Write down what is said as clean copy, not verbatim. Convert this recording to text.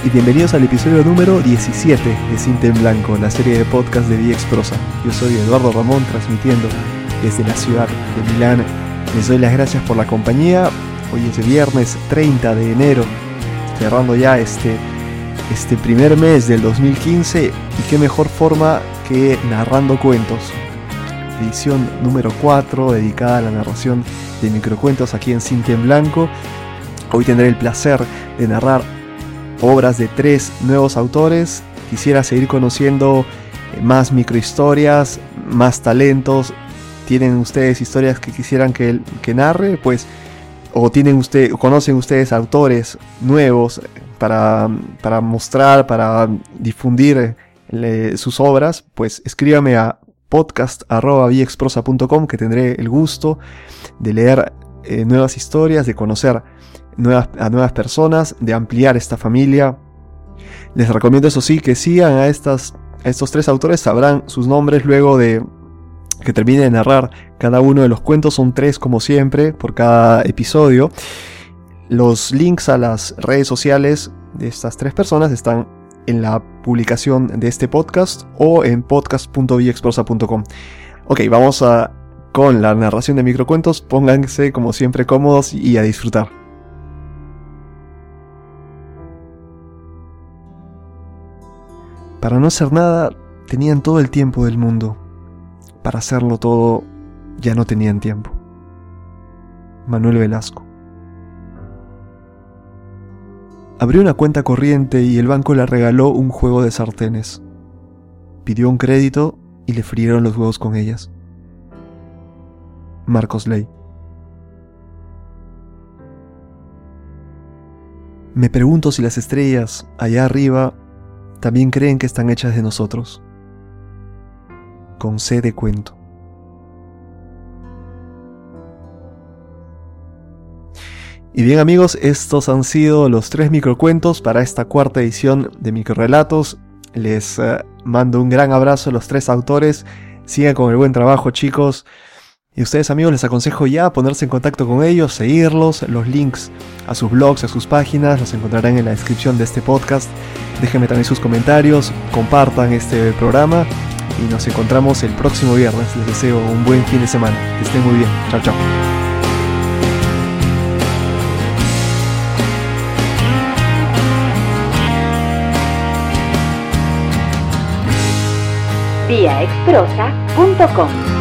y bienvenidos al episodio número 17 de Cinta en Blanco, la serie de podcast de VX Prosa. Yo soy Eduardo Ramón, transmitiendo desde la ciudad de Milán. Les doy las gracias por la compañía. Hoy es viernes 30 de enero, cerrando ya este primer mes del 2015, y qué mejor forma que narrando cuentos. Edición número 4, dedicada a la narración de microcuentos aquí en Cinta en Blanco. Hoy tendré el placer de narrar obras de 3 nuevos autores. Quisiera seguir conociendo más microhistorias, más talentos. ¿Tienen ustedes historias que quisieran que narre? Pues, o conocen ustedes autores nuevos para mostrar, para difundir sus obras, pues escríbame a podcast@vxprosa.com, que tendré el gusto de leer nuevas historias, de conocer a nuevas personas, de ampliar esta familia. Les recomiendo, eso sí, que sigan a estos 3 autores. Sabrán sus nombres luego de que termine de narrar cada uno de los cuentos. Son 3, como siempre, por cada episodio. Los links a las redes sociales de estas 3 personas están en la publicación de este podcast o en podcast.vxprosa.com. Ok, vamos con la narración de microcuentos. Pónganse como siempre cómodos y a disfrutar. Para no hacer nada tenían todo el tiempo del mundo. Para hacerlo todo ya no tenían tiempo. Manuel Velasco. Abrió una cuenta corriente y el banco le regaló un juego de sartenes. Pidió un crédito y le frieron los huevos con ellas. Marcos Ley. Me pregunto si las estrellas allá arriba también creen que están hechas de nosotros. Con C de cuento. Y bien, amigos, estos han sido los 3 microcuentos para esta 4ª edición de Microrelatos. Les mando un gran abrazo a los 3 autores. Sigan con el buen trabajo, chicos. Y ustedes, amigos, les aconsejo ya ponerse en contacto con ellos, seguirlos. Los links a sus blogs, a sus páginas, los encontrarán en la descripción de este podcast. Déjenme también sus comentarios, compartan este programa y nos encontramos el próximo viernes. Les deseo un buen fin de semana. Que estén muy bien. Chao, chao. VXprosa.com